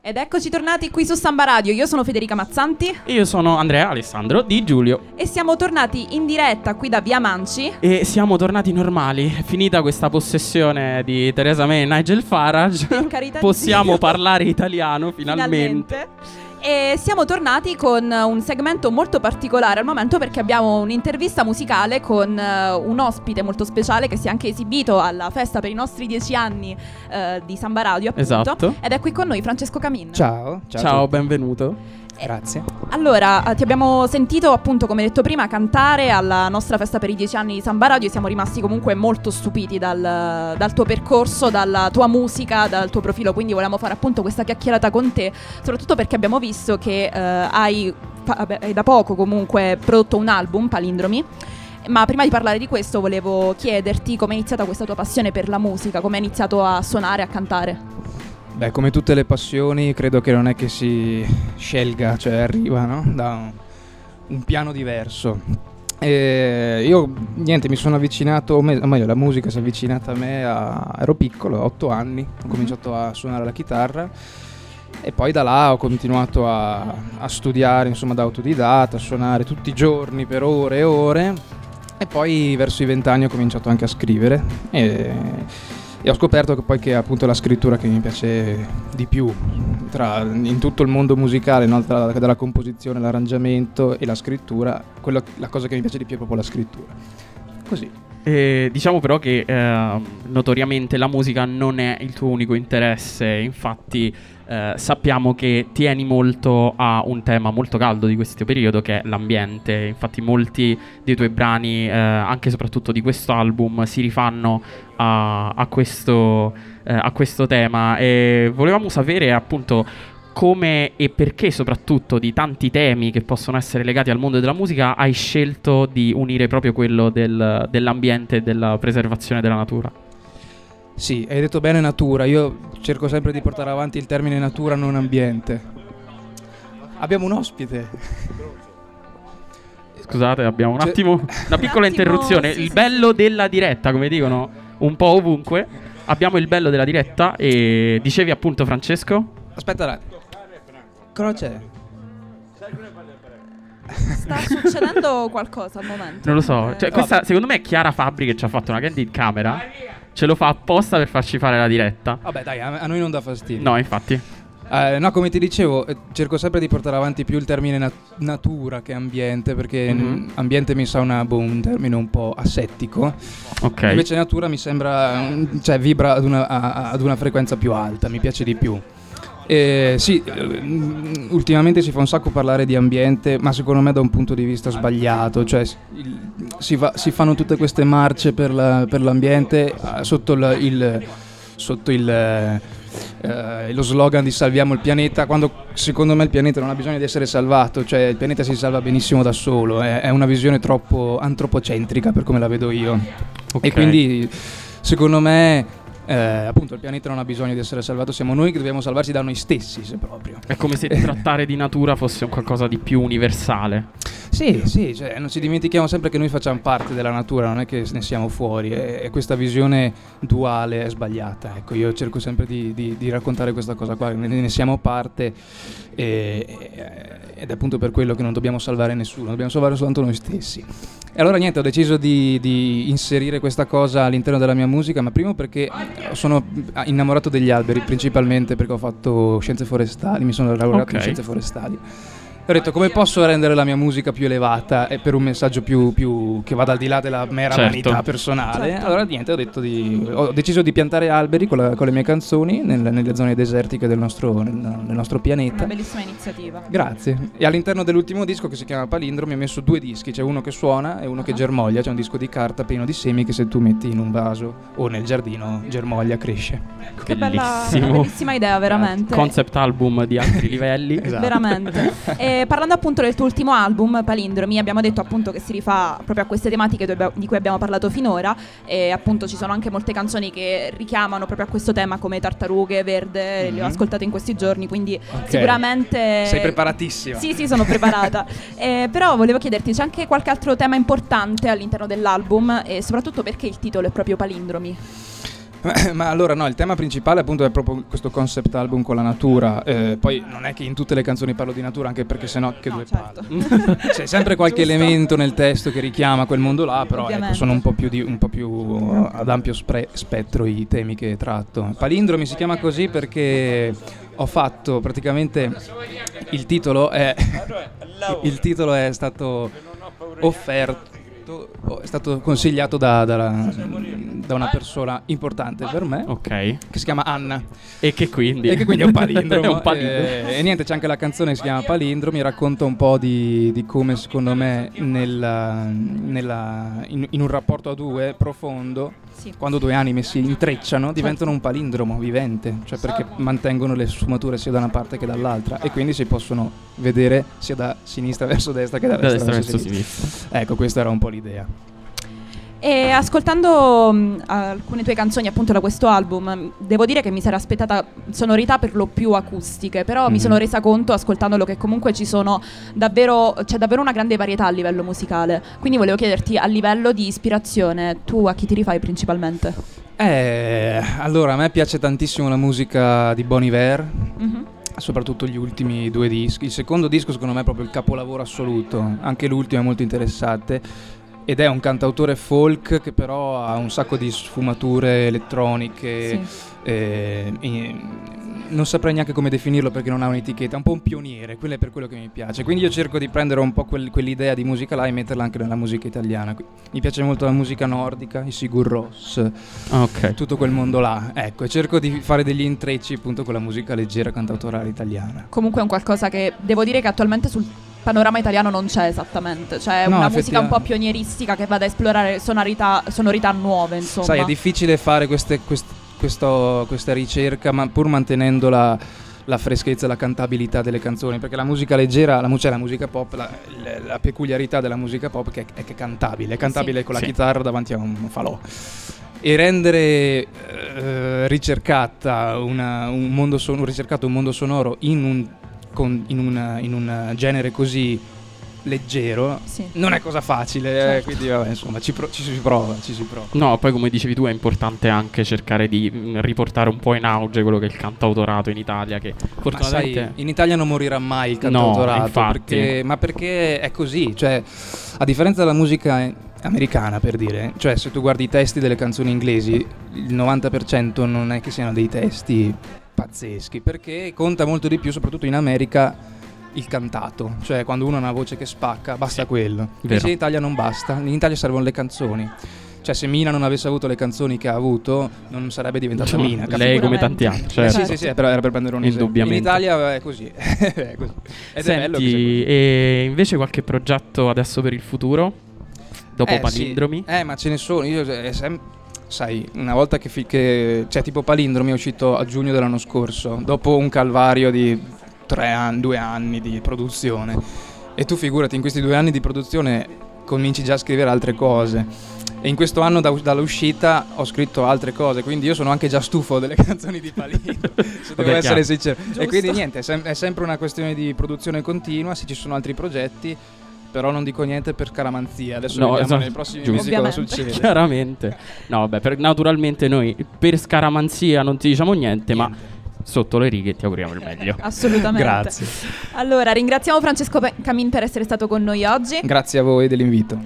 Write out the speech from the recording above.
Ed eccoci tornati qui su Samba Radio. Io sono Federica Mazzanti. Io sono Andrea Alessandro Di Giulio. E siamo tornati in diretta qui da Via Manci. E siamo tornati normali. Finita questa possessione di Theresa May e Nigel Farage, possiamo parlare italiano finalmente. E siamo tornati con un segmento molto particolare al momento, perché abbiamo un'intervista musicale con un ospite molto speciale che si è anche esibito alla festa per i nostri 10 anni di Samba Radio, appunto. Esatto. Ed è qui con noi Francesco Camin. Ciao, benvenuto. Grazie. Allora, ti abbiamo sentito, appunto, come detto prima, cantare alla nostra festa per i 10 anni di Samba Radio e siamo rimasti comunque molto stupiti dal tuo percorso, dalla tua musica, dal tuo profilo, quindi volevamo fare appunto questa chiacchierata con te, soprattutto perché abbiamo visto che hai da poco comunque prodotto un album, Palindromi. Ma prima di parlare di questo volevo chiederti come è iniziata questa tua passione per la musica, come hai iniziato a suonare, a cantare. Beh, come tutte le passioni, credo che non è che si scelga, cioè arriva, no? Da un piano diverso. Io, mi sono avvicinato, o meglio, la musica si è avvicinata a me, ero piccolo, a 8 anni, ho cominciato a suonare la chitarra e poi da là ho continuato a studiare, insomma, da autodidatta, a suonare tutti i giorni per ore e ore e poi verso i 20 anni ho cominciato anche a scrivere e ho scoperto che appunto è la scrittura che mi piace di più in tutto il mondo musicale, no? Dalla composizione, l'arrangiamento e la scrittura, la cosa che mi piace di più è proprio la scrittura. Così. Diciamo però che notoriamente la musica non è il tuo unico interesse, infatti sappiamo che tieni molto a un tema molto caldo di questo periodo, che è l'ambiente. Infatti molti dei tuoi brani, anche e soprattutto di questo album, si rifanno a questo tema, e volevamo sapere appunto come e perché, soprattutto di tanti temi che possono essere legati al mondo della musica, hai scelto di unire proprio quello dell'ambiente e della preservazione della natura. Sì, hai detto bene, natura. Io cerco sempre di portare avanti il termine natura, non ambiente. Abbiamo un ospite. Scusate, abbiamo un attimo una piccola interruzione. Il bello della diretta, come dicono un po' ovunque. Abbiamo il bello della diretta. E dicevi appunto, Francesco? Aspetta un attimo. Cosa c'è? Sta succedendo qualcosa al momento. Non lo so. Cioè, questa secondo me è Chiara Fabbri che ci ha fatto una candid camera. Ce lo fa apposta per farci fare la diretta. Vabbè, dai, a noi non dà fastidio. No, infatti. No, come ti dicevo, cerco sempre di portare avanti più il termine natura che ambiente, perché ambiente mi sa un termine un po' asettico. Ok. Invece natura mi sembra, vibra ad una frequenza più alta, mi piace di più. Sì, ultimamente si fa un sacco parlare di ambiente, ma secondo me da un punto di vista sbagliato, cioè si fanno tutte queste marce per l'ambiente sotto lo slogan di salviamo il pianeta, quando secondo me il pianeta non ha bisogno di essere salvato, cioè il pianeta si salva benissimo da solo, è una visione troppo antropocentrica per come la vedo io. Okay. E quindi secondo me appunto il pianeta non ha bisogno di essere salvato, siamo noi che dobbiamo salvarci da noi stessi, se proprio. È come se trattare di natura fosse un qualcosa di più universale. Sì, cioè, non ci dimentichiamo sempre che noi facciamo parte della natura, non è che ne siamo fuori, e questa visione duale è sbagliata. Ecco, io cerco sempre di raccontare questa cosa qua, ne siamo parte, ed è appunto per quello che non dobbiamo salvare nessuno, dobbiamo salvare soltanto noi stessi. E allora niente, ho deciso di inserire questa cosa all'interno della mia musica, ma primo perché sono innamorato degli alberi, principalmente perché ho fatto scienze forestali, mi sono laureato in scienze forestali. Ho detto, come posso rendere la mia musica più elevata e per un messaggio più che vada al di là della mera vanità personale. Allora niente, ho deciso di piantare alberi con le mie canzoni nelle zone desertiche del nostro pianeta. Una bellissima iniziativa. Grazie. E all'interno dell'ultimo disco, che si chiama Palindromi, ho messo 2 dischi, c'è uno che suona e uno che germoglia. C'è un disco di carta pieno di semi che se tu metti in un vaso o nel giardino germoglia, cresce. Ecco, che bellissima idea, veramente. Concept album di altri livelli. Esatto. Veramente. Parlando appunto del tuo ultimo album, Palindromi, abbiamo detto appunto che si rifà proprio a queste tematiche di cui abbiamo parlato finora, e appunto ci sono anche molte canzoni che richiamano proprio a questo tema, come Tartarughe, Verde, le ho ascoltate in questi giorni, quindi sicuramente... Sei preparatissima. Sì, sono preparata. Però volevo chiederti, c'è anche qualche altro tema importante all'interno dell'album, e soprattutto perché il titolo è proprio Palindromi? Ma allora no, il tema principale appunto è proprio questo concept album con la natura. Poi non è che in tutte le canzoni parlo di natura, anche perché sennò che due certo. palle. C'è sempre qualche elemento nel testo che richiama quel mondo là, però ecco, sono un po' più ad ampio spettro i temi che tratto. Palindromi si chiama così perché ho fatto praticamente il titolo è stato offerto, è stato consigliato da una persona importante per me, Ok. che si chiama Anna, E che quindi è un palindromo. È un palindromo. E niente, c'è anche la canzone che si chiama Palindromi, racconta un po' di come secondo me in un rapporto a due profondo, Sì. quando due anime si intrecciano diventano un palindromo vivente, cioè perché mantengono le sfumature sia da una parte che dall'altra, e quindi si possono vedere sia da sinistra verso destra che da destra verso sinistra. Ecco, questa era un po' l'idea. E ascoltando alcune tue canzoni appunto da questo album, devo dire che mi sarei aspettata sonorità per lo più acustiche, però mi sono resa conto ascoltandolo che comunque c'è davvero una grande varietà a livello musicale. Quindi volevo chiederti, a livello di ispirazione, tu a chi ti rifai principalmente? Allora, a me piace tantissimo la musica di Bon Iver, Mhm. soprattutto gli ultimi 2 dischi. Il secondo disco secondo me è proprio il capolavoro assoluto, anche l'ultimo è molto interessante. Ed è un cantautore folk che però ha un sacco di sfumature elettroniche, non saprei neanche come definirlo perché non ha un'etichetta, è un po' un pioniere, quello è per quello che mi piace. Quindi io cerco di prendere un po' quell'idea di musica là e metterla anche nella musica italiana. Mi piace molto la musica nordica, i Sigur Rós, Ok. tutto quel mondo là, ecco, e cerco di fare degli intrecci appunto con la musica leggera cantautorale italiana. Comunque è un qualcosa che devo dire che attualmente sul panorama italiano non c'è esattamente, cioè No, una musica un po' effettivamente. pionieristica che vada a esplorare sonorità nuove, insomma. Sai, è difficile fare questa ricerca, ma pur mantenendo la freschezza e la cantabilità delle canzoni, perché la musica leggera, la musica pop, la peculiarità della musica pop è che è cantabile, Sì. con la Sì. chitarra davanti a un falò. E rendere ricercato un mondo sonoro in un genere così leggero, Sì. non è cosa facile, Certo. quindi vabbè, insomma ci si prova. No, poi come dicevi tu è importante anche cercare di riportare un po' in auge quello che è il cantautorato in Italia, che Ma fortunatamente sai, in Italia non morirà mai il cantautorato, No, infatti. perché è così, cioè a differenza della musica americana, per dire, cioè se tu guardi i testi delle canzoni inglesi, il 90% non è che siano dei testi pazzeschi, perché conta molto di più, soprattutto in America, il cantato, cioè quando uno ha una voce che spacca, basta quello. Invece in Italia non basta, in Italia servono le canzoni. Cioè se Mina non avesse avuto le canzoni che ha avuto, non sarebbe diventata Mina, capito? lei come tanti altri, certo. Sì, però era per prendere un esempio. Indubbiamente. In Italia è così. È così. Ed è bello che sia Senti, così. e invece qualche progetto adesso per il futuro? Dopo Palindromi? Sì. Ma ce ne sono. Sai, una volta che cioè tipo Palindromi è uscito a giugno dell'anno scorso, dopo un calvario di 2 anni di produzione. E tu figurati, in questi 2 anni di produzione cominci già a scrivere altre cose. E in questo anno dall'uscita ho scritto altre cose, quindi io sono anche già stufo delle canzoni di Palindromi, se devo essere sincero. E quindi niente, è sempre una questione di produzione continua, se ci sono altri progetti, però non dico niente per scaramanzia. Adesso No, vediamo esatto, nei prossimi giusto. mesi cosa Ovviamente. succede. Chiaramente. No, vabbè, naturalmente noi per scaramanzia non ti diciamo niente, ma sotto le righe ti auguriamo il meglio. Assolutamente. Grazie. Allora, ringraziamo Francesco Camin per essere stato con noi oggi. Grazie a voi dell'invito.